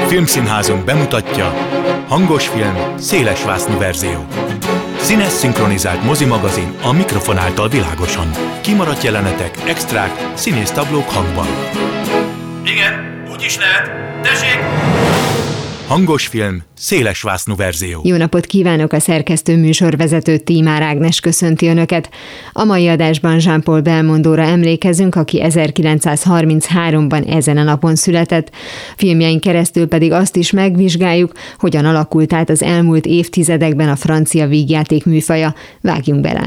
Filmszínházunk bemutatja hangos film, szélesvásznú verzió. Színes szinkronizált mozimagazin a mikrofon által világosan. Kimaradt jelenetek, extrák, színésztablók hangban. Igen, úgy is lehet. Tessék! Hangos film, szélesvásznú verzió. Jó napot kívánok, a szerkesztő műsorvezető Tímár Ágnes köszönti Önöket. A mai adásban Jean-Paul Belmondóra emlékezünk, aki 1933-ban ezen a napon született. Filmjein keresztül pedig azt is megvizsgáljuk, hogyan alakult át az elmúlt évtizedekben a francia vígjáték műfaja. Vágjunk bele!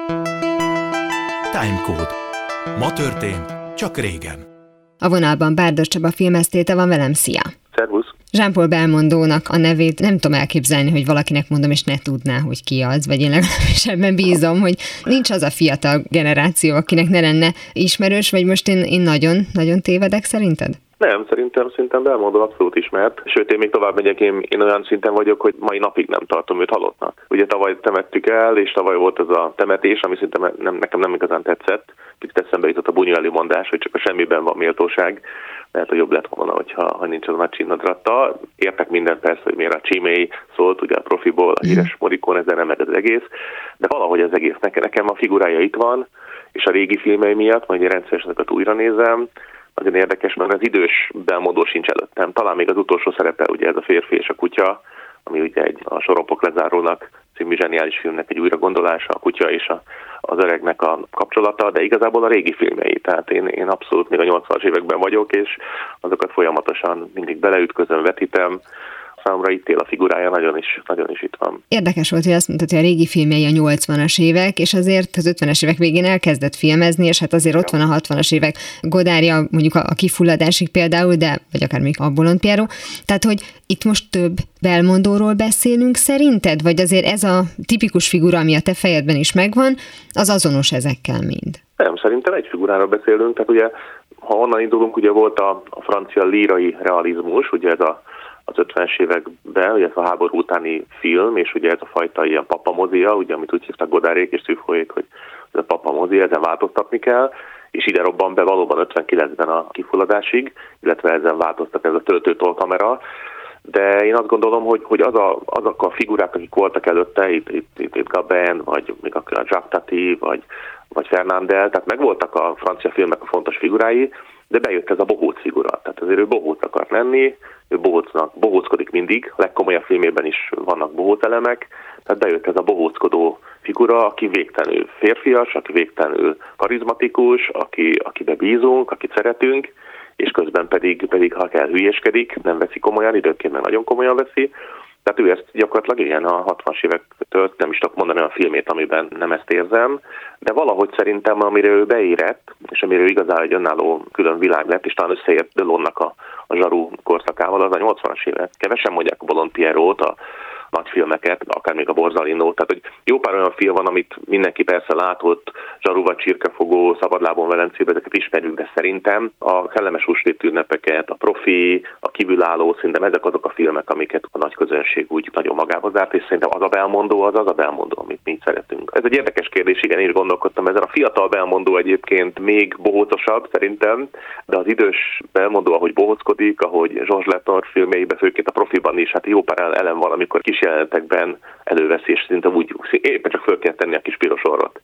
Timecode. Ma történt, csak régen. A vonalban Bárdos Csaba filmesztéte van velem, szia! Szervusz! Jean-Paul Belmondónak a nevét nem tudom elképzelni, hogy valakinek mondom, és ne tudná, hogy ki az, vagy én legalábbis ebben bízom, hogy nincs az a fiatal generáció, akinek ne lenne ismerős, vagy most én nagyon tévedek szerinted? Nem, szerintem Belmondó abszolút ismert. Sőt, én még tovább megyek, én olyan szinten vagyok, hogy mai napig nem tartom őt halottnak. Ugye tavaly temettük el, és tavaly volt ez a temetés, ami szinte nekem nem igazán tetszett. Kicsit eszembe jutott a Buñueli mondás, hogy csak a semmiben van méltóság. Lehet, hogy jobb lett volna, ha nincs az a nagy csinnadratta. Értek mindent persze, hogy miért a Csimei szólt, ugye a profiból, a híres Morricone, ezzel nem meg az egész. De valahogy az egész nekem a figurája itt van, és a régi filmei miatt, majd én rendszeresen ezeket újra nézem. Nagyon érdekes, mert az idős Belmondó sincs előttem. Talán még az utolsó szerepe, ugye ez a férfi és a kutya, ami ugye a Sorompok lezárónak című zseniális filmnek egy újragondolása, a kutya és az öregnek a kapcsolata, de igazából a régi filmjei. Tehát én abszolút még a 80-as években vagyok, és azokat folyamatosan mindig beleütközöm, vetítem. Számomra itt él a figurája, nagyon is itt van. Érdekes volt, hogy azt mondtad, hogy a régi filmjei a 80-as évek, és azért az 50-es évek végén elkezdett filmezni, és hát azért ott van a 60-as évek Godardja, mondjuk a Kifulladásig például, de vagy akár még a Bolond Pierrot. Tehát, hogy itt most több Belmondóról beszélünk szerinted? Vagy azért ez a tipikus figura, ami a te fejedben is megvan, az azonos ezekkel mind? Nem, szerintem egy figuráról beszélünk, tehát ugye, ha onnan indulunk, ugye volt a francia lírai realizmus, ugye ez az 50-es években, ugye ez a háború utáni film, és ugye ez a fajta ilyen papamozia, ugye, amit úgy hívtak Godardyék és Truffautjék, hogy ez a papamozia, ezen változtatni kell, és ide robban be valóban 59-ben a Kifulladásig, illetve ezen változtak, ez a töltőtolkamera. De én azt gondolom, hogy azok a figurák, akik voltak előtte, itt Gabin, vagy még a Jacques Tati, vagy Fernandel, tehát megvoltak a francia filmek a fontos figurái, de bejött ez a bohóc figura. Tehát azért ő bohóc akart lenni, ő bohóckodik mindig, a legkomolyabb filmében is vannak bohóc elemek, tehát bejött ez a bohóckodó figura, aki végtelenül férfias, aki végtelenül karizmatikus, akibe bízunk, akit szeretünk, és közben pedig ha kell hülyéskedik, nem veszi komolyan, időnként meg nagyon komolyan veszi. Tehát ő ezt gyakorlatilag ilyen a 60-as évektől, nem is tudok mondani a filmét, amiben nem ezt érzem, de valahogy szerintem, amire ő beérett, és amire ő igazán egy önálló külön világ lett, és talán összeért Delonnak a zsarú korszakával, az a 80-as évek. Kevesen mondják a Bolond Pierrot, a nagy filmeket, akár még a Borzalinót, tehát hogy jó pár olyan film van, amit mindenki persze látott, Zsaru vagy Csirkefogó, Szabadlábon Velencében, ezeket ismerjük, de szerintem a Kellemes húsvét ünnepeket, a Profi, a Kívülálló, szerintem ezek azok a filmek, amiket a nagy közönség úgy nagyon magába zárt, és szerintem az a Belmondó, az a Belmondó, amit mi szeretünk. Ez egy érdekes kérdés, igen, én is gondolkodtam ezen. A fiatal Belmondó egyébként még bohócosabb szerintem, de az idős Belmondó, ahogy bohóckodik, ahogy Georges Latour filmjeiben, főként a Profiban is, hát jó pár elem van, amikor kis jelenetekben előveszi, és szerintem úgy éppen csak föl kell tenni a kis piros orrot,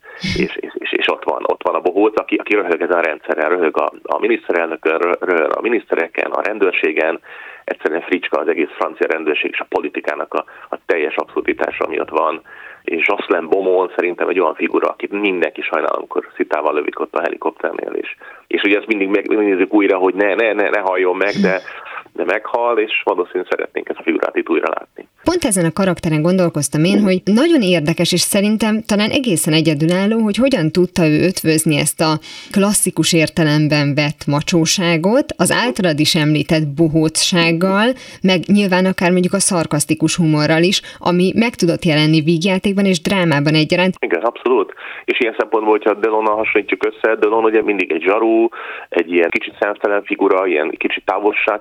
és ott van a bohóc, aki röhög ezen a rendszeren, röhög a miniszterelnökön, röhög a minisztereken, a rendőrségen, egyszerűen fricska az egész francia rendőrség és a politikának a teljes abszurditása miatt van, és Jocelyn Beaumont szerintem egy olyan figura, akit mindenki sajnál, amikor szitával lövik ott a helikopternél, és ugye ezt mindig megnézzük újra, hogy ne halljon meg, de meghal, és valószínűleg szeretnénk ezt a figurát itt újra látni. Pont ezen a karakteren gondolkoztam én, hogy nagyon érdekes, és szerintem talán egészen egyedülálló, hogy hogyan tudta ő ötvözni ezt a klasszikus értelemben vett macsóságot, az általad is említett bohócsággal, meg nyilván akár mondjuk a szarkasztikus humorral is, ami meg tudott jelenni vígjátékban és drámában egyaránt. Igen, abszolút. És ilyen szempontból, hogyha Delonnal hasonlítjuk össze, Delon ugye mindig egy zsarú, egy ilyen kicsit szemtelen figura, ilyen kicsit távolságtartó,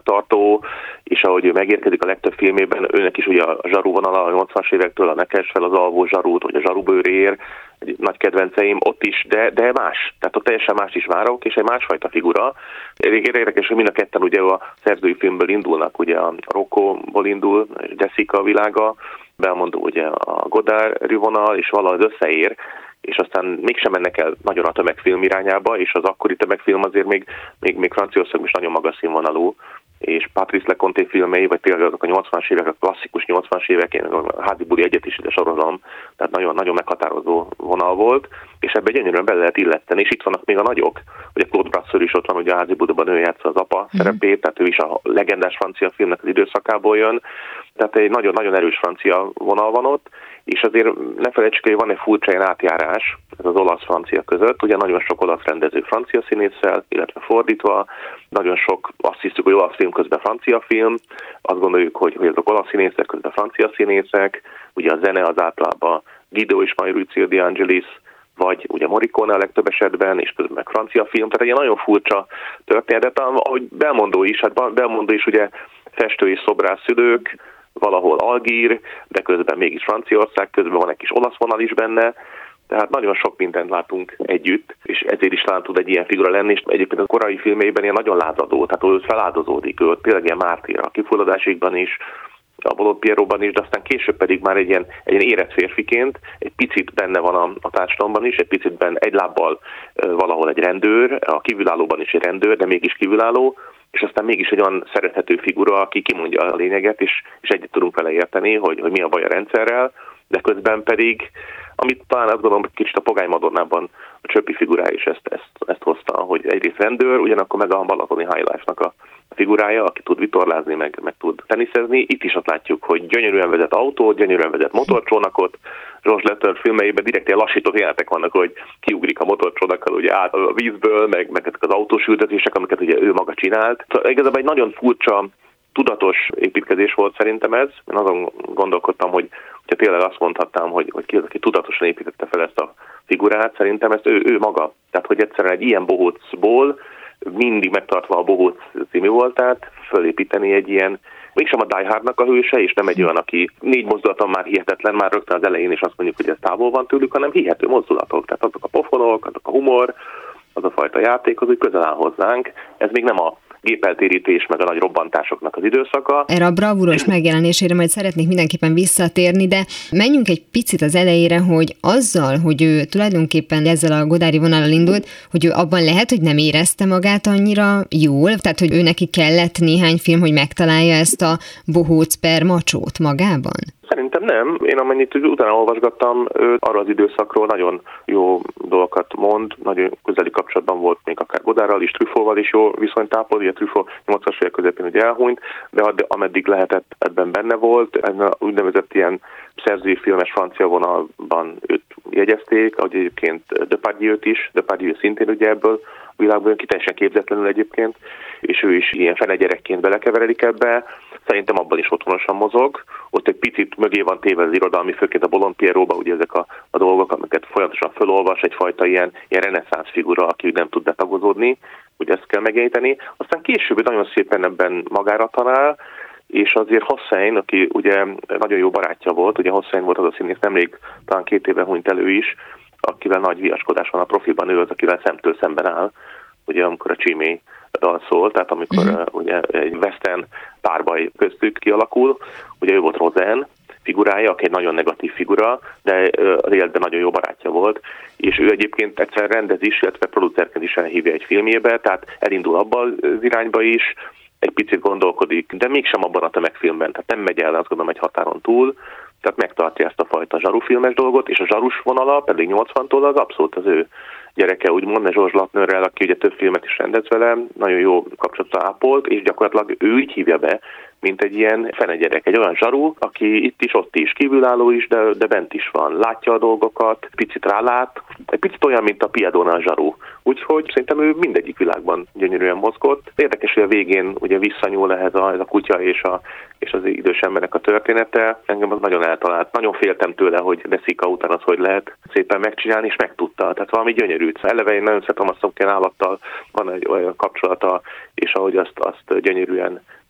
kiváló, és ahogy ő megérkezik a legtöbb filmében, őnek is ugye a zsaru vonala a 80-as évektől, a nekes fel az alvó zsarút, vagy a zsarubőrér, egy nagy kedvenceim ott is, de más. Tehát ott teljesen más is várok, és egy másfajta figura. Érdekes, hogy mind a ketten ugye a szerzői filmből indulnak, ugye a Rocco-ból indul, Jessica világa, Belmondo ugye a Godard vonal, és valahogy összeér, és aztán mégsem mennek el nagyon a tömegfilm irányába, és az akkori tömegfilm azért még Franciaországban is nagyon magas színvonalú, és Patrice Leconte filmei, vagy tényleg azok a 80-as évek, a klasszikus 80-as évek, én a Házi buli egyet is ide sorolom, tehát nagyon, nagyon meghatározó vonal volt, és ebbe gyönyörűen bele lehet illeszteni, és itt vannak még a nagyok, ugye Claude Brasseur is ott van, ugye a Házi buliban ő játsza az apa szerepét, tehát ő is a legendás francia filmnek az időszakából jön, tehát egy nagyon-nagyon erős francia vonal van ott, és azért ne felejtsük, hogy van egy furcsa ilyen átjárás az olasz-francia között, ugye nagyon sok olasz rendező francia színésszel, illetve fordítva, nagyon sok, azt hiszük, hogy olasz film közben francia film, azt gondoljuk, hogy azok olasz színészek közben francia színészek, ugye a zene az általában Guido és Maurizio De Angelis, vagy ugye Morricone a legtöbb esetben, és közben meg francia film, tehát egy nagyon furcsa történet, ahogy Belmondo is ugye festő és szobrász szülők, valahol algír, de közben mégis Franciaország, közben van egy kis olasz vonal is benne, tehát nagyon sok mindent látunk együtt, és ezért is talán tud egy ilyen figura lenni, és egyébként a korai filmeiben ilyen nagyon lázadó, tehát ő feláldozódik, ő tényleg ilyen mártír a Kifulladásikban is, a Bolond Pierrotban is, de aztán később pedig már egy ilyen érett férfiként, egy picit benne van a társadalomban is, egy picit benne egy lábbal valahol egy rendőr, a kívülállóban is egy rendőr, de mégis kívülálló, és aztán mégis egy olyan szerethető figura, aki kimondja a lényeget, és egyet tudunk vele érteni, hogy mi a baj a rendszerrel, de közben pedig, amit talán azt gondolom, kicsit a Pogány Madonnában a Csöppi figurája is ezt hozta, hogy egyrészt rendőr, ugyanakkor meg a balatoni High Life-nak a figurája, aki tud vitorlázni, meg tud teniszezni. Itt is azt látjuk, hogy gyönyörűen vezet autót, gyönyörűen vezet motorcsónakot. George Latour filmeiben direkt ilyen lassított jelenetek vannak, hogy kiugrik a motorcsónakkal ugye át a vízből, meg ezek az autós ültetések, amiket ugye ő maga csinált. Szóval igazából egy nagyon furcsa, tudatos építkezés volt szerintem ez. Én azon gondolkodtam, hogy tényleg azt mondhatnám, hogy ki az, aki tudatosan építette fel ezt a figurát, szerintem ezt ő maga. Tehát, hogy egyszerűen egy ilyen bohócból, mindig megtartva a bohóc című voltát, fölépíteni egy ilyen, mégsem a Die Hardnak a hőse, és nem egy olyan, aki 4 mozdulaton már hihetetlen, már rögtön az elején is azt mondjuk, hogy ez távol van tőlük, hanem hihető mozdulatok. Tehát azok a pofonok, azok a humor, az a fajta játék, az úgy közel áll hozzánk. Ez még nem a gépeltérítés, meg a nagy robbantásoknak az időszaka. Erre a bravúros megjelenésére majd szeretnék mindenképpen visszatérni, de menjünk egy picit az elejére, hogy azzal, hogy ő tulajdonképpen ezzel a Godardi vonallal indult, hogy ő abban lehet, hogy nem érezte magát annyira jól, tehát hogy ő neki kellett néhány film, hogy megtalálja ezt a bohóc per macsót magában? Szerintem nem. Én amennyit utána olvasgattam, ő arra az időszakról nagyon jó dolgokat mond, nagyon közeli kapcsolatban volt még akár Godardral is, Truffautval is jó viszonyt ápol, ugye Truffaut 80-as évek közepén ugye elhunyt, de ameddig lehetett ebben benne volt, ez a úgynevezett ilyen szerzői filmes francia vonalban őt jegyezték, ahogy egyébként Depardieu szintén ugye ebből a világból jön ki, teljesen képzetlenül egyébként, és ő is ilyen fenegyerekként belekeveredik ebbe. Szerintem abban is otthonosan mozog. Ott egy picit mögé van téve az irodalmi, főként a Bolond Pierrotban, ugye ezek a dolgok, amiket folyamatosan felolvas, egyfajta ilyen reneszánsz figura, aki nem tud betagozódni, ugye ezt kell megjeleníteni. Aztán később nagyon szépen ebben magára talál, és azért Hossein, aki ugye nagyon jó barátja volt, ugye Hossein volt az a színész, nemrég talán 2 éve hunyt elő is, akivel nagy viaskodás van a profiban, ő az, akivel szemtől szemben áll, ugye amikor a Csímé dal szól, tehát amikor ugye egy western párbaj köztük kialakul, ugye ő volt Roseanne figurája, aki egy nagyon negatív figura, de az életben nagyon jó barátja volt, és ő egyébként egyszer rendez is, illetve producerként is elhívja egy filmjébe, tehát elindul abban az irányba is, egy picit gondolkodik, de mégsem abban a tömegfilmben, tehát nem megy el, azt gondolom, egy határon túl, tehát megtartja ezt a fajta zsarufilmes dolgot, és a zsarus vonala pedig 80-tól az abszolút az ő gyereke, úgymond, George Latourrel, aki ugye több filmet is rendez vele, nagyon jó kapcsolatot ápolt, és gyakorlatilag ő így hívja be, mint egy ilyen fenegyerek, egy olyan zsaru, aki itt is, ott is, kívülálló is, de bent is van, látja a dolgokat, picit rálát, egy picit olyan, mint a Piadona zsaru. Úgyhogy szerintem ő mindegyik világban gyönyörűen mozgott. Érdekes, hogy a végén ugye visszanyúl ez a kutya és az idős embernek a története. Engem az nagyon eltalált. Nagyon féltem tőle, hogy Jessica után az hogy lehet szépen megcsinálni, és megtudta. Tehát valami gyönyörű. Eleve én nagyon szeretem azt, hogy állattal van egy olyan kapcsolata, és ahogy azt gyönyörűen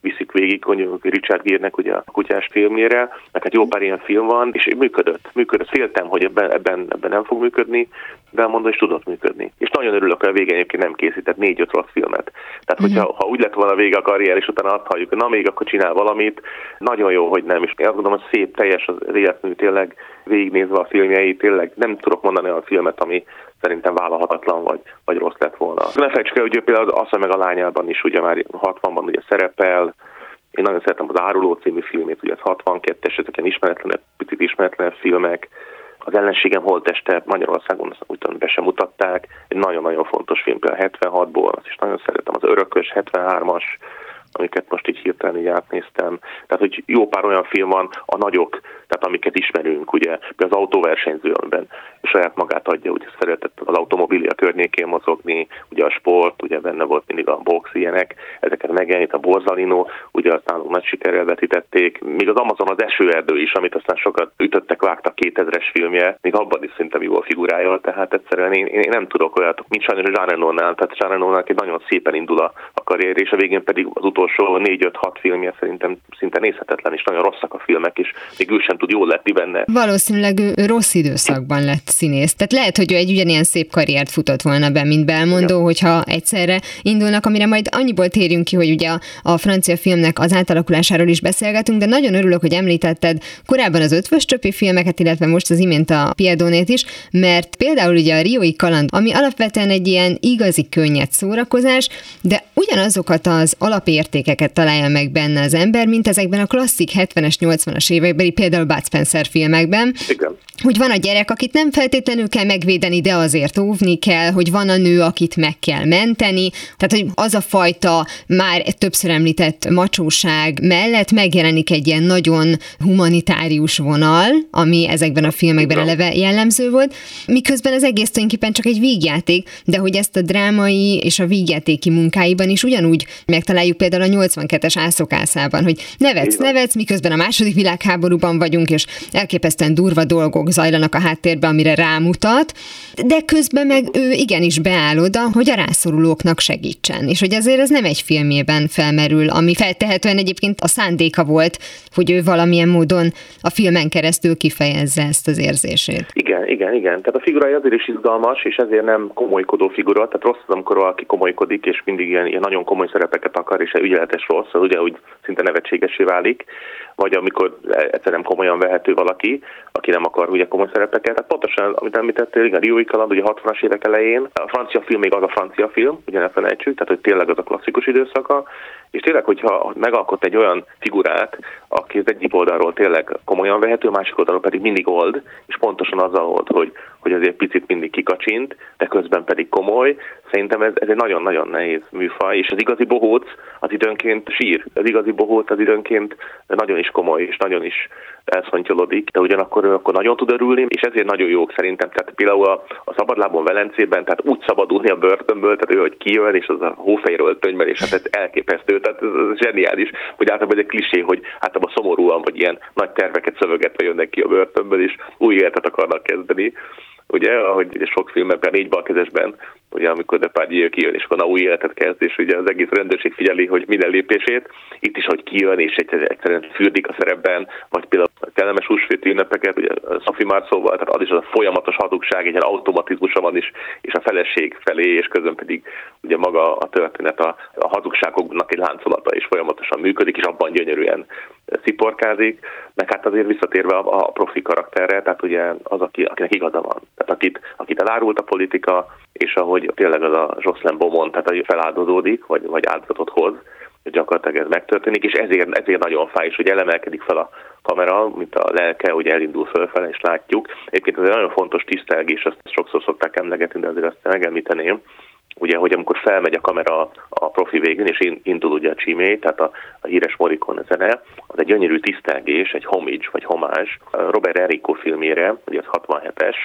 viszik végig, mondjuk Richard Gere-nek ugye a kutyás filmjére, meg hát jó pár ilyen film van, és működött. Féltem, hogy ebben nem fog működni, de elmondom, és tudott működni. És nagyon örülök, hogy a végén egyébként nem készített 4-5 rossz filmet. Tehát, hogyha úgy lett volna vége a karrier, és utána azt halljuk, hogy na még akkor csinál valamit, nagyon jó, hogy nem. És én azt gondolom, hogy szép, teljes az életmű, tényleg végignézve a filmjei, tényleg nem tudok mondani olyan filmet, ami szerintem vállalhatatlan vagy rossz lett volna. Ne felejtsük el, hogy ő például az Asszony meg a lányában is ugye már 60-ban ugye szerepel. Én nagyon szeretem az Áruló című filmét, ugye ez 62-es, ezek ilyen picit ismeretlen filmek. Az Ellenségem holtteste Magyarországon úgy tudom, be sem mutatták. Egy nagyon-nagyon fontos film, például 76-ból, azt is nagyon szeretem. Az Örökös 73-as, amiket most így hirtelen így átnéztem. Tehát, hogy jó pár olyan film van, a nagyok, tehát amiket ismerünk, ugye, az Autóversenyző, amiben saját magát adja, ugye szeretett az automobilia környékén mozogni, ugye a sport, ugye benne volt mindig a box, ilyenek, ezeket megjelenít a Borzalino, ugye azt nálunk nagy sikerrel vetítették, még az Amazon az Esőerdő is, amit aztán sokat ütöttek, vágtak 2000-es filmje, még abban is szerintem jól figurája, tehát egyszerűen én nem tudok olyat, mint sajnos Jean Reno-nál, tehát Jean Reno-nál nagyon szépen indul a karrier, és a végén pedig az utolsó 4-5-6 filmje szerintem szinte nézhetetlen, és nagyon rosszak a filmek, és még ő sem tud jól letni benne. Valószínűleg ő rossz időszakban lett színész. Tehát lehet, hogy ő egy ugyanilyen szép karriert futott volna be, mint Belmondo, hogyha egyszerre indulnak, amire majd annyiból térjünk ki, hogy ugye a francia filmnek az átalakulásáról is beszélgetünk, de nagyon örülök, hogy említetted korábban az Ötvös Csöpi filmeket, illetve most az imént a Piedonét is, mert például ugye a Riói kaland, ami alapvetően egy ilyen igazi könnyed szórakozás, de ugyanazokat az alapértékeket találja meg benne az ember, mint ezekben a klasszik 70-es, 80-as évekbeli, például Bud Spencer filmekben. Igen. Hogy van a gyerek, akit nem feltétlenül kell megvédeni, de azért óvni kell, hogy van a nő, akit meg kell menteni. Tehát, hogy az a fajta már többször említett macsóság mellett megjelenik egy ilyen nagyon humanitárius vonal, ami ezekben a filmekben eleve jellemző volt, miközben az egész tulajdonképpen csak egy vígjáték, de hogy ezt a drámai és a vígjátéki munkáiban is ugyanúgy megtaláljuk például a 82-es Ászokászában, hogy nevetsz, miközben a második világháborúban vagyunk, és elképesztően durva dolgok zajlanak a háttérben, amire rámutat, de közben meg ő igenis beáll oda, hogy a rászorulóknak segítsen. És hogy azért ez nem egy filmjében felmerül, ami feltehetően egyébként a szándéka volt, hogy ő valamilyen módon a filmen keresztül kifejezze ezt az érzését. Igen. Tehát a figurája azért is izgalmas, és ezért nem komolykodó figura, tehát rossz az, amikor valaki komolykodik, és mindig ilyen nagyon komoly szerepeket akar, és egy ügyeletes rossz, az ugye úgy szinte nevetségesé válik, vagy amikor egyszerűen komolyan vehető valaki, aki nem akar ugye komoly szerepeket. Tehát pontosan, amit említettél, igen, a Riói kaland, ugye 60-as évek elején, a francia film még az a francia film, ugye ne felejtsük, tehát hogy tényleg az a klasszikus időszaka, és tényleg, hogyha megalkot egy olyan figurát, aki az egyik oldalról tényleg komolyan vehető, a másik oldalról pedig mindig old, és pontosan azzal volt, hogy azért picit mindig kikacsint, de közben pedig komoly. Szerintem ez egy nagyon-nagyon nehéz műfaj, és az igazi bohóc az időnként sír. Az igazi bohóc az időnként nagyon is komoly, és nagyon is elszontyolodik, de ugyanakkor akkor nagyon tud örülni, és ezért nagyon jók szerintem. Tehát például a Szabadlábon Velencében, tehát úgy szabadulni a börtönből, tehát ő, hogy kijön, és az a hófejről öltönyben, és hát ez elképesztő, tehát ez zseniális, hogy általában egy klisé, hogy általában szomorúan, vagy ilyen nagy terveket szövegetve jönnek ki a börtönből, és új életet akarnak kezdeni. Ugye, ahogy sok filmben, 4 balkezesben, ugye, amikor Depardieu kijön, és akkor új életet kezd, és ugye az egész rendőrség figyeli, hogy minden lépését, itt is, hogy kijön, és egyszerűen fürdik a szerepben, vagy például a kellemes húsvéti ünnepeket, ugye Sophie Marceauval, tehát az is az a folyamatos hazugság, egy ilyen automatizmusa van is, és a feleség felé, és közben pedig ugye maga a történet a hazugságoknak egy láncolata is folyamatosan működik, és abban gyönyörűen sziporkázik, meg hát azért visszatérve a profi karakterre, tehát ugye az, akinek igaza van. Tehát akit elárult a politika, és ahogy tényleg az a Jocelyn Beaumont, tehát hogy feláldozódik, vagy áldozatot hoz, gyakorlatilag ez megtörténik, és ezért nagyon fáj is, hogy elemelkedik fel a kamera, mint a lelke, hogy elindul fölfele, és látjuk. Egyébként ez egy nagyon fontos tisztelgés, azt sokszor szokták emlegetni, de azért azt megemlíteném, ugye, hogy amikor felmegy a kamera a profi végén, és indul ugye a címé, tehát a híres Morricone zene, az egy gyönyörű tisztelgés, egy homage, vagy homage Robert Enrico filmjére, ugye az 67-es,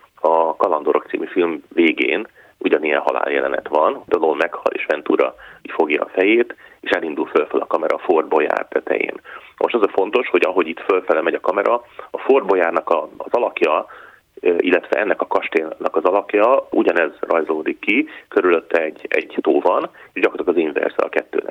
a Kalandorok című film végén ugyanilyen haláljelenet van, Dolor meghal, és Ventura így fogja a fejét, és elindul fölfel a kamera a Fort Boyard tetején. Most az a fontos, hogy ahogy itt fölfele megy a kamera, a Fort Boyardnak az alakja, illetve ennek a kastélynak az alakja ugyanez rajzolódik ki, körülötte egy tó van, és gyakorlatilag az inverse a kettőnek. És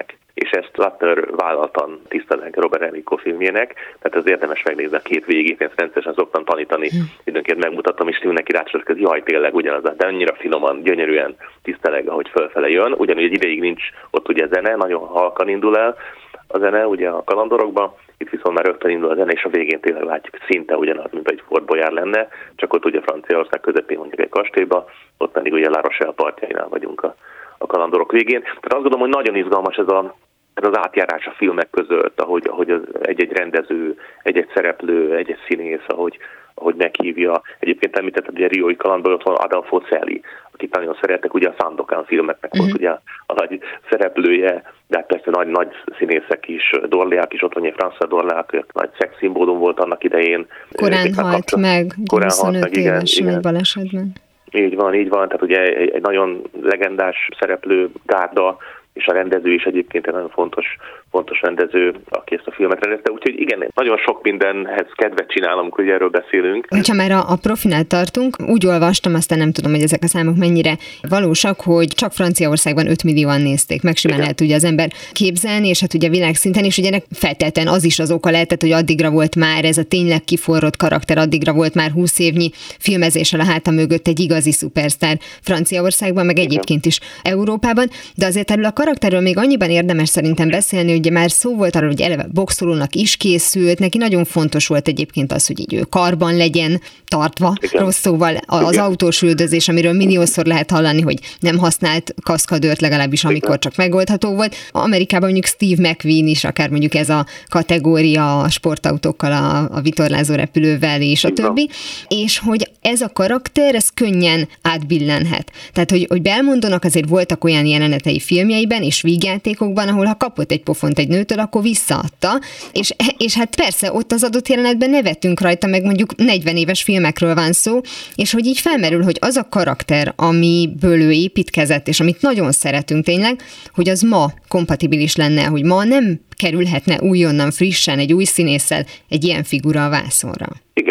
és ezt Lattner vállaltan tiszteleg Robert Enrico filmjének, tehát az érdemes megnézni a két végét, én rendszeresen szoktam tanítani, időnként megmutatom, és mindenki rácsodálkozik, hogy jaj, tényleg ugyanaz, de annyira finoman, gyönyörűen tiszteleg, ahogy fölfele jön, ugyanúgy egy ideig nincs ott ugye zene, nagyon halkan indul el a zene, ugye a kalandorokban, itt viszont már rögtön indul a zene, és a végén tényleg látjuk szinte ugyanaz, mint egy Fort Boyard lenne, csak ott ugye Franciaország közepén mondjuk egy kastélyba, ott pedig ugye La Rochelle partjainál vagyunk a kalandorok végén. Tehát azt gondolom, hogy nagyon izgalmas ez az átjárás a filmek között, ahogy egy-egy rendező, egy-egy szereplő, egy-egy színész, ahogy meghívja. Egyébként említetted, hogy a Riói kalandban ott van Adolfo Celi, akit nagyon szeretek, ugye a Sandokan filmeknek volt ugye a nagy szereplője, de persze nagy színészek is, Dorléák is, ott van François Dorléák, nagy szexszimbólum volt annak idején. Korán halt meg, 25 évesen egy balesetben. Így van, tehát ugye egy nagyon legendás szereplő, gárda, és a rendező is egyébként egy nagyon fontos rendező, aki ezt a filmet rendezte. Úgyhogy igen, nagyon sok mindenhez kedvet csinál, amikor ugye erről beszélünk. Ha már a profinál tartunk, úgy olvastam, aztán nem tudom, hogy ezek a számok mennyire valósak, hogy csak Franciaországban 5 millióan nézték. Meg simán lehet ugye az ember képzelni, és hát ugye világszinten is, ugye feltétlenül az is az oka lehetett, hogy addigra volt már ez a tényleg kiforrott karakter, addigra volt már 20 évnyi filmezéssel a háta mögött egy igazi szupersztár Franciaországban, meg egyébként is Európában, de azért erről a karakterről még annyiban érdemes szerintem beszélni, ugye már szó volt arról, hogy eleve boxolónak is készült, neki nagyon fontos volt egyébként az, hogy így ő karban legyen tartva, rossz szóval az autós üldözés, amiről milliószor lehet hallani, hogy nem használt kaszkadőrt, legalábbis amikor csak megoldható volt. Amerikában mondjuk Steve McQueen is, akár mondjuk ez a kategória a sportautókkal, a vitorlázó repülővel és a többi, és hogy ez a karakter, ez könnyen átbillenhet. Tehát, hogy Belmondónak azért voltak olyan jelenetei filmjeiben és vígjátékokban, ahol ha kapott egy pofont egy nőtől, akkor visszaadta, és hát persze ott az adott jelenetben nevetünk rajta, meg mondjuk 40 éves filmekről van szó, és hogy így felmerül, hogy az a karakter, amiből ő építkezett, és amit nagyon szeretünk tényleg, hogy az ma kompatibilis lenne, hogy ma nem kerülhetne újonnan, frissen, egy új színésszel egy ilyen figura a vászonra.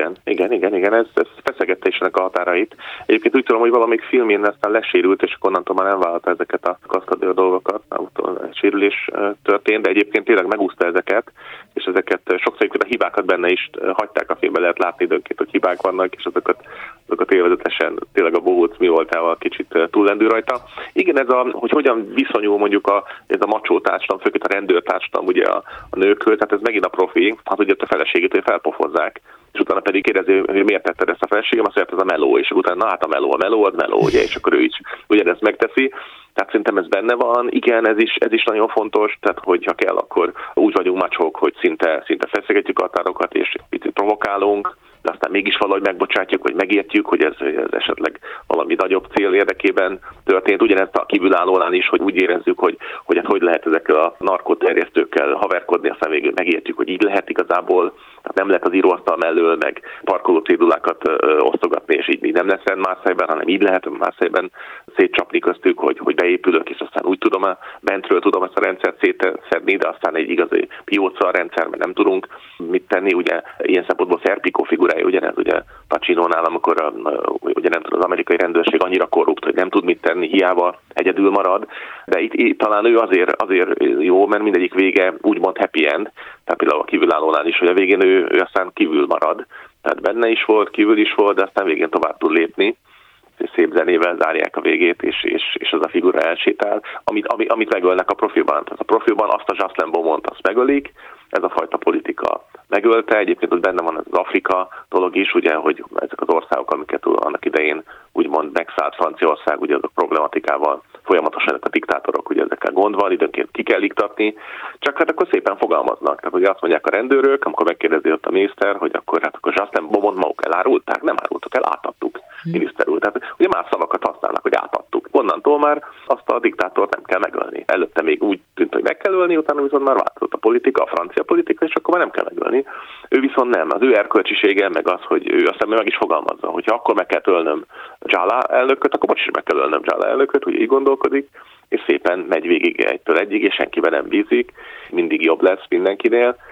Igen, ez feszegette is ennek a határait. Egyébként úgy tudom, hogy valamelyik filmén aztán lesérült, és onnantól már nem vállalta ezeket a kaszkadőr dolgokat, sérülés történt, de egyébként tényleg megúszta ezeket, és ezeket sokszor a hibákat benne is hagyták a filmben, lehet látni időnként, hogy hibák vannak, és azokat élvezetesen tényleg a bohóc mi voltával kicsit túllendül rajta. Igen, hogy hogyan viszonyul mondjuk ez a macsó társadalom, főként a rendőrtársadalom ugye a nőkhöz, tehát ez megint a profi, hát ugye a feleségét, hogy felpofozzák, és utána pedig kérdezi, hogy miért tetted ezt a feleségem, azt mondja, ez a meló, és utána na hát a meló, az meló, ugye, és akkor ő is ugyanezt megteszi. Tehát szerintem ez benne van, igen, ez is nagyon fontos, tehát hogyha kell, akkor úgy vagyunk macsók, hogy szinte feszegetjük a határokat, és itt provokálunk, de aztán mégis valahogy megbocsátjuk, vagy megértjük, hogy ez esetleg valami nagyobb cél érdekében történt. Ugyanezt a kívülállónál is, hogy úgy érezzük, hogy lehet ezekkel a narkoterjesztőkkel haverkodni, aztán végül megértjük, hogy így lehet igazából, tehát nem lehet az íróasztal mellől, meg parkoló cédulákat osztogatni, és így nem lesz rend Marseille-ben, hanem így lehet Marseille-ben szétcsapni köztük, hogy beépülök, és aztán úgy tudom, bentről tudom ezt a rendszert szétszedni, de aztán egy igazi pióca a rendszer, mert nem tudunk mit tenni. Ugye ilyen szempontból Serpico figurája ugyanez, ugye Pacinónál, amikor ugye nem tud az amerikai rendőrség annyira korrupt, hogy nem tud mit tenni, hiába egyedül marad, de itt talán ő azért jó, mert mindegyik vége úgymond happy end, tehát például a kívülállónál is, hogy a végén ő aztán kívül marad, tehát benne is volt, kívül is volt, de aztán végén tovább tud lépni, és szép zenével zárják a végét, és az a figura elsétál, amit megölnek a profilban. Tehát a profilban azt a Jocelyn Beaumont azt megölik, ez a fajta politika megölte. Egyébként ott benne van az Afrika dolog is, ugye, hogy ezek az országok, amiket annak idején úgymond megszállt Franciaország, ugye azok problematikával folyamatosan ezek a diktátorok, ugye ezekkel gond van, időnként ki kell iktatni, csak hát akkor szépen fogalmaznak. Tehát ugye azt mondják a rendőrök, amikor megkérdezi ott a miniszter, hogy akkor Jocelyn Beaumont maguk elárulták, nem árultak el, átadtuk, miniszter úr. Tehát ugye más szavakat használnak, hogy átadtuk. Onnantól már azt a diktátort nem kell megölni. Előtte még úgy tűnt, hogy meg kell ölni, utána viszont már változott a politika, a francia politika, és akkor már nem kell megölni. Ő viszont nem. Az ő erkölcsisége, meg az, hogy ő aztán meg is fogalmazza, hogyha akkor meg kell ölnöm Dzsala elnököt, akkor most is meg kell ölnöm Dzsala elnököt, ugye így gondolkodik, és szépen megy végig egytől egyig, és senkiben nem bízik, mindig jobb lesz mindenkinél.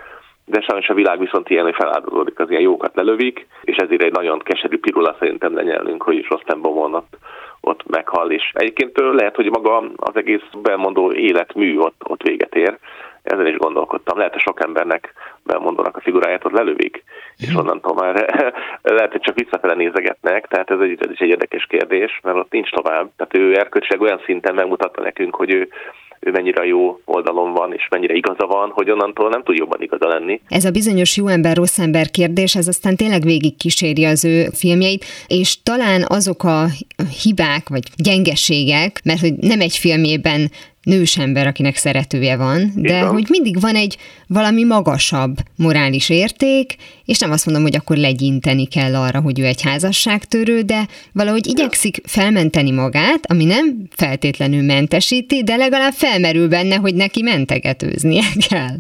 de sajnos a világ viszont ilyen, hogy feláldozódik, az ilyen jókat lelövik, és ezért egy nagyon keserű pirula szerintem lenyelnünk, hogy Rostenbaumon ott meghal, és egyébként lehet, hogy maga az egész Belmondo életmű ott véget ér. Ezen is gondolkodtam. Lehet, hogy sok embernek Belmondónak a figuráját ott lelövik, és onnantól már lehet, hogy csak visszafele nézegetnek, tehát ez is egy érdekes kérdés, mert ott nincs tovább. Tehát ő erkölcsileg olyan szinten megmutatta nekünk, hogy ő mennyire jó oldalon van, és mennyire igaza van, hogy onnantól nem tud jobban igaza lenni. Ez a bizonyos jó ember, rossz ember kérdés, ez aztán tényleg végig kíséri az ő filmjeit, és talán azok a hibák, vagy gyengeségek, mert hogy nem egy filmjében nős ember, akinek szeretője van, de igen, hogy mindig van egy valami magasabb morális érték, és nem azt mondom, hogy akkor legyinteni kell arra, hogy ő egy házasságtörő, de valahogy igyekszik felmenteni magát, ami nem feltétlenül mentesíti, de legalább felmerül benne, hogy neki mentegetőznie kell.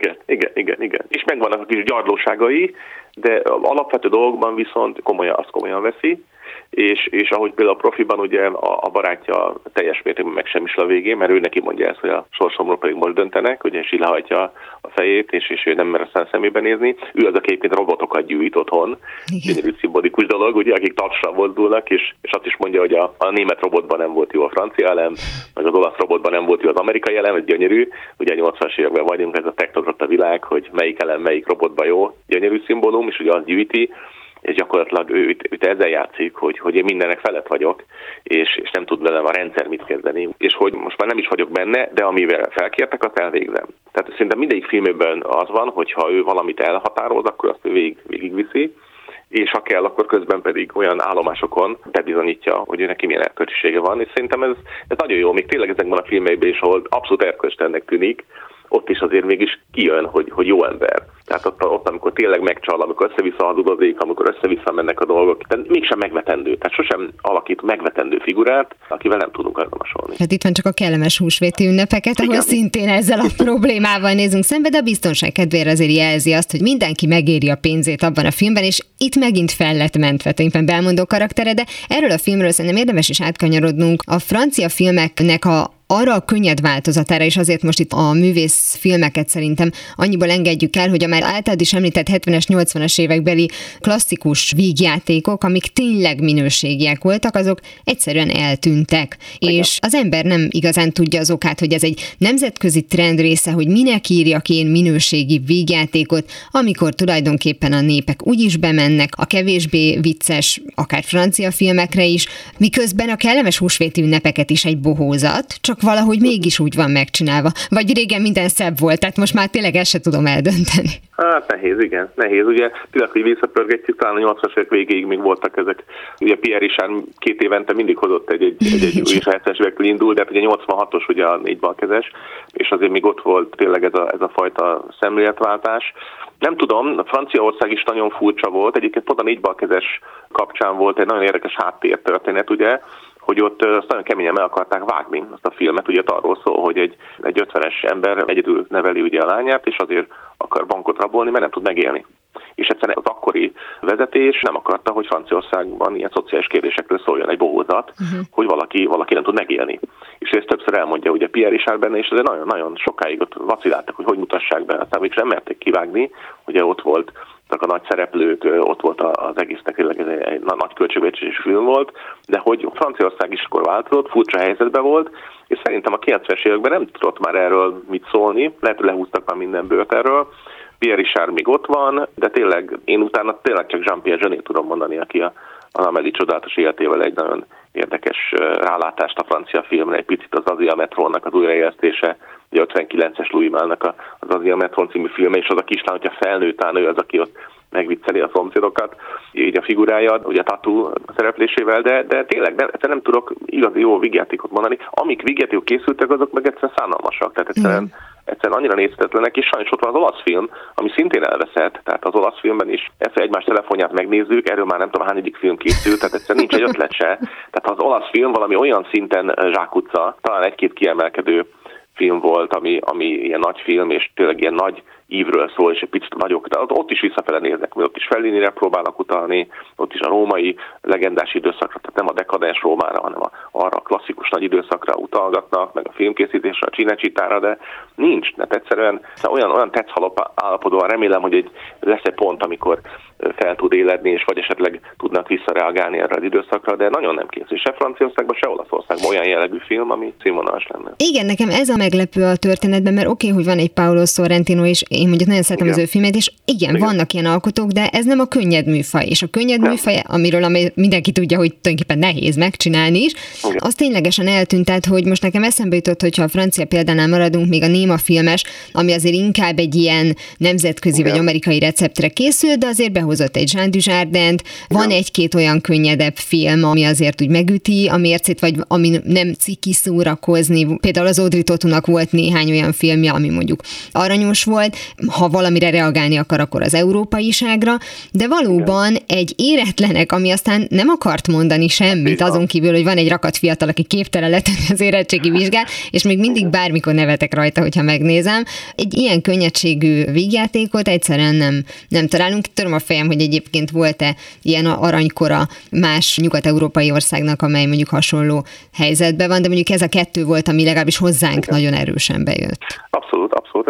Igen. És megvannak a kis gyarlóságai, de alapvető dolgokban viszont komolyan veszi, és ahogy például a profiban ugye a barátja teljes mértékben megsemmisül a végén, mert ő neki mondja ezt, hogy a sorsomról pedig most döntenek, ugye, és így lehajtja a fejét, és ő nem mer aztán szemébe nézni. Ő az, aki egyébként robotokat gyűjt otthon. Gyönyörű szimbolikus dolog, ugye, akik tacsra mozdulnak, és azt is mondja, hogy a német robotban nem volt jó a francia elem, meg az olasz robotban nem volt jó az amerikai elem, ez gyönyörű. Ugye 80-as években vagyunk, ez a technokrata világ, hogy melyik elem, melyik robotban jó, gyönyörű szimbólum, és ugye azt gyűjti, és gyakorlatilag ő ezzel játszik, hogy én mindennek felett vagyok, és nem tud velem a rendszer mit kezdeni, és hogy most már nem is vagyok benne, de amivel felkértek, azt elvégzem. Tehát szerintem mindegyik filmében az van, hogyha ő valamit elhatároz, akkor azt ő végigviszi, és ha kell, akkor közben pedig olyan állomásokon bebizonyítja, hogy ő neki milyen erkölcsisége van, és szerintem ez nagyon jó, még tényleg ezekben a filmekben is, ahol abszolút erkölcstelennek tűnik, ott is azért mégis kijön, hogy jó ember. Tehát ott, amikor tényleg megcsal, amikor össze-vissza hazudozik, amikor össze-vissza mennek a dolgok, de mégsem megvetendő. Tehát sosem alakít megvetendő figurát, akivel nem tudunk azonosulni. Hát itt van csak a kellemes húsvéti ünnepeket, ahol szintén ezzel a problémával nézünk szembe, de a biztonság kedvére azért jelzi azt, hogy mindenki megéri a pénzét abban a filmben, és itt megint fel lett mentve tulajdonképpen Belmondo karaktere, de erről a filmről szerintem érdemes is átkanyarodnunk. A francia filmeknek arra a könnyed változatára, és azért most itt a művész filmeket szerintem annyiból engedjük el, hogy a már általad is említett 70-es, 80-as évekbeli klasszikus vígjátékok, amik tényleg minőségiek voltak, azok egyszerűen eltűntek. Igen. És az ember nem igazán tudja az okát, hogy ez egy nemzetközi trend része, hogy minek írjak én minőségi vígjátékot, amikor tulajdonképpen a népek úgyis bemennek a kevésbé vicces, akár francia filmekre is, miközben a kellemes húsvéti ünnepeket is egy bohózat, csak valahogy mégis úgy van megcsinálva. Vagy régen minden szebb volt, tehát most már tényleg ezt se tudom eldönteni. Hát nehéz, igen. Nehéz, ugye tényleg, hogy visszapörgetjük, talán a 80-as évek végéig még voltak ezek. Ugye Pierre Richard 2 évente mindig hozott egy új 70-es évektől indul, de hát ugye 86-os ugye a 4 balkezes, és azért még ott volt tényleg ez a fajta szemléletváltás. Nem tudom, Franciaország is nagyon furcsa volt, egyébként pont a 4 balkezes kapcsán volt egy nagyon érdekes háttértörténet, ugye, hogy ott azt nagyon keményen meg akarták vágni azt a filmet, ugye arról szól, hogy egy 50-es ember egyedül neveli ugye a lányát, és azért akar bankot rabolni, mert nem tud megélni. És egyszerűen az akkori vezetés nem akarta, hogy Franciaországban ilyen szociális kérdésekről szóljon egy bohózat, hogy valaki nem tud megélni. És ezt többször elmondja ugye Pierre Richard benne, és azért nagyon-nagyon sokáig ott vaciláltak, hogy mutassák be, aztán még sem merték kivágni, ugye ott volt a nagy szereplők, ott volt az egésznek, ez egy nagy költségvetésű film volt, de hogy Franciaország is akkor változott, furcsa helyzetben volt, és szerintem a 90-es években nem tudott már erről mit szólni, lehet, hogy lehúztak már minden bőrt erről. Pierre Richard még ott van, de tényleg én utána tényleg csak Jean-Pierre Jeunet tudom mondani, aki az Amélie csodálatos életével egy nagyon érdekes rálátást a francia filmre, egy picit az Asia Metrónak az újraélesztése, ugye 59-es Louis Malle-nak az Asia Metrón című filme, és az a kislány, hogyha felnőtt ő az, aki ott megvicceli a szomszédokat, így a figurája, ugye a Tattoo szereplésével, de tényleg nem tudok igazi jó vígjátékot mondani. Amik vígjátékok készültek, azok meg egyszerűen szánalmasak, tehát egyszerűen annyira nézhetetlenek, és sajnos ott van az olasz film, ami szintén elveszett, tehát az olasz filmben is egymás telefonját megnézzük, erről már nem tudom hányadik film készült, tehát egyszerűen nincs egy ötlet se. Tehát az olasz film valami olyan szinten zsákutca, talán 1-2 kiemelkedő film volt, ami ilyen nagy film, és tényleg ilyen nagy ívről szól, és egy picit nagyok, de ott is visszafele néznek, ott is Fellinire próbálnak utalni, ott is a római legendás időszakra, tehát nem a dekadens Rómára, hanem arra a klasszikus nagy időszakra utalgatnak, meg a filmkészítésre, a Cinecitára, de nincs, mert egyszerűen olyan tetszhalop állapotban remélem, hogy lesz egy pont, amikor fel tud éledni, és vagy esetleg tudnak visszareagálni erre az időszakra, de nagyon nem készül. Se Franciaországban, se Olaszországban olyan jellegű film, ami színvonalas lenne. Igen, nekem ez a meglepő a történetben, mert oké, hogy van egy Paolo Sorrentino, és én mondjuk nagyon szeretem az ő filmet, és igen, vannak ilyen alkotók, de ez nem a könnyed műfaj. És a könnyed műfaj, amiről mindenki tudja, hogy tulajdonképpen nehéz megcsinálni is, az ténylegesen eltűnt, tehát hogy most nekem eszembe jutott, hogyha a francia példánál maradunk, még a Néma filmes, ami azért inkább egy ilyen nemzetközi vagy amerikai receptre készül, de azért behozott egy Jean Dujardint, van egy-két olyan könnyedebb film, ami azért úgy megüti a mércét, vagy ami nem ciki szórakozni. Például az Audrey Tautou-nak volt néhány olyan filmje, ami mondjuk aranyos volt, ha valamire reagálni akar, akkor az európaiságra, de valóban egy éretlenek, ami aztán nem akart mondani semmit, azon kívül, hogy van egy rakat fiatal, aki képtelen letenni az érettségi vizsgát, és még mindig bármikor nevetek rajta, hogyha megnézem. Egy ilyen könnyedségű vígjátékot egyszerűen nem találunk. Töröm a fejem, hogy egyébként volt-e ilyen aranykora más nyugat-európai országnak, amely mondjuk hasonló helyzetben van, de mondjuk ez a kettő volt, ami legalábbis hozzánk nagyon erősen bejött. Abszolút.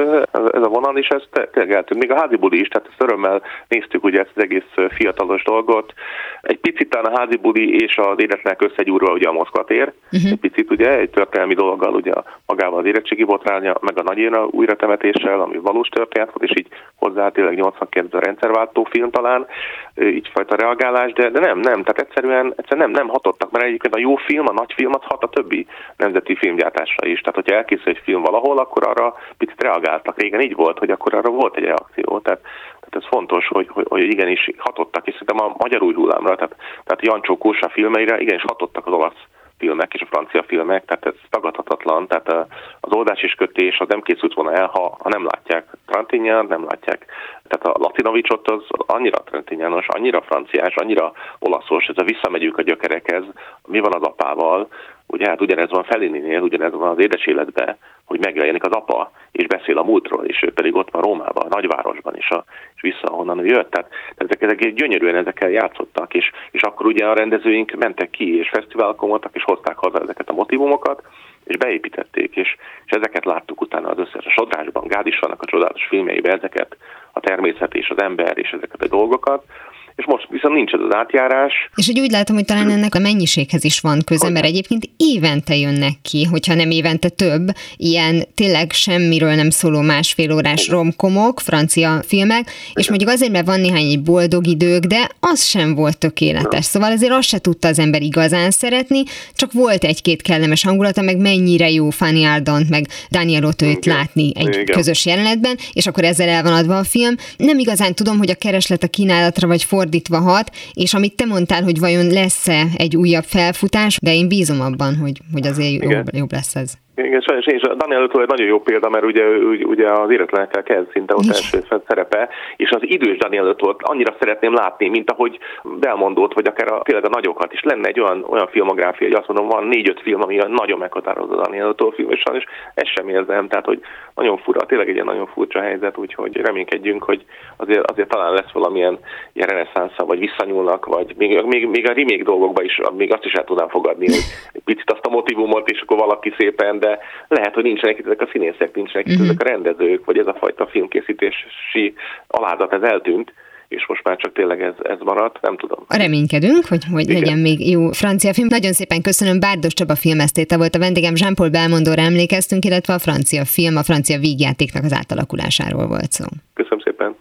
Ez a vonal is, ez tényleg eltűnt. Még a házi buli is, tehát ezt örömmel néztük ugye ezt az egész fiatalos dolgot. Egy picit talán a házi buli és az éretlenek összegyúrva ugye a Moszkva tér. Egy picit ugye, egy történelmi dologgal ugye magával az érettségi botránya, meg a Nagy Irna újratemetéssel, ami valós történet volt, és így hozzá tényleg 82 a rendszerváltó film talán, így fajta reagálás, de nem, tehát egyszerűen nem hatottak, mert egyébként a jó film, a nagy film az hat a többi nemzeti filmgyártásra is. Tehát, hogyha elkészül egy film valahol, akkor arra picit reagáltak. Régen így volt, hogy akkor arra volt egy reakció. Tehát ez fontos, hogy igenis hatottak, és szerintem a magyar új hullámra, tehát Jancsó Kósa filmeire igenis hatottak az olasz filmek és a francia filmek, tehát ez tagadhatatlan, tehát az oldás és kötés az nem készült volna el, ha nem látják Trintignant, nem látják, tehát a Latinovicsot az annyira trintignanos, annyira franciás, annyira olaszos, ez a visszamegyünk a gyökerekhez, mi van az apával, ugye hát ugyanez van Fellininél, ugyanez van az édes életben, hogy megjelenik az apa, és beszél a múltról, és ő pedig ott van Rómában, a nagyvárosban, és vissza, honnan ő jött. Tehát ezek gyönyörűen ezekkel játszottak, és akkor ugye a rendezőink mentek ki, és fesztiválokon voltak, és hozták haza ezeket a motivumokat, és beépítették, és ezeket láttuk utána az összes. A Sodrásban, Gád is vannak a csodálatos filmjeiben ezeket, a természet és az ember, és ezeket a dolgokat, és most viszont nincs ez az átjárás. És úgy látom, hogy talán ennek a mennyiséghez is van köze, mert egyébként évente jönnek ki, hogyha nem évente több, ilyen tényleg semmiről nem szóló másfél órás romkomok, francia filmek, és mondjuk azért, mert van néhány egy boldog idők, de az sem volt tökéletes. Szóval azért azt se tudta az ember igazán szeretni, csak volt egy-két kellemes hangulata, meg mennyire jó Fanny Ardant, meg Daniel Auteuil-t látni egy közös jelenetben, és akkor ezzel el van adva a film. Nem igazán tudom, hogy a kereslet a kínálatra vagy fordítva hat, és amit te mondtál, hogy vajon lesz-e egy újabb felfutás, de én bízom abban, hogy azért jobb lesz ez. Igen, sajnos én is. Daniel Auteuil egy nagyon jó példa, mert ugye az éretlenekkel kezd szinte ott első szerepe, és az idős Daniel Auteuilt annyira szeretném látni, mint ahogy Belmondót, vagy akár tényleg a nagyokat is. Lenne egy olyan filmográfia, hogy azt mondom, van 4-5 film, ami nagyon meghatározó Daniel Auteuil film, és sajnos ezt sem érzem, tehát hogy nagyon fura, tényleg egy ilyen nagyon furcsa helyzet, úgyhogy reménykedjünk, hogy azért talán lesz valamilyen ilyen reneszánsza, vagy visszanyúlnak, vagy még a remake dolgokban is, még azt is el tudnám fogadni, hogy egy picit azt a motivumot, és akkor valaki szépen, de lehet, hogy nincsenek itt ezek a színészek, nincsenek itt ezek a rendezők, vagy ez a fajta filmkészítési alázat, ez eltűnt, és most már csak tényleg ez maradt, nem tudom. Reménykedünk, hogy legyen még jó francia film. Nagyon szépen köszönöm, Bárdos Csaba filmesztéte volt a vendégem, Jean-Paul Belmondóra emlékeztünk, illetve a francia film, a francia vígjátéknak az átalakulásáról volt szó. Köszönöm szépen.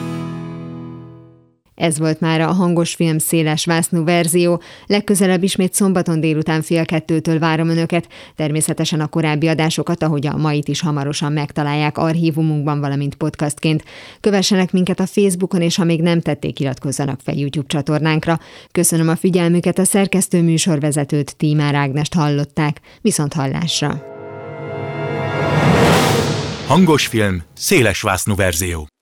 Ez volt már a Hangos Film széles vásznú verzió. Legközelebb ismét szombaton délután 1:30 várom Önöket. Természetesen a korábbi adásokat, ahogy a mait is hamarosan megtalálják archívumunkban, valamint podcastként. Kövessenek minket a Facebookon, és ha még nem tették, iratkozzanak fel YouTube csatornánkra. Köszönöm a figyelmüket, a szerkesztő műsorvezetőt, Tímár Ágnest hallották. Viszonthallásra! Hangos Film széles vásznú verzió.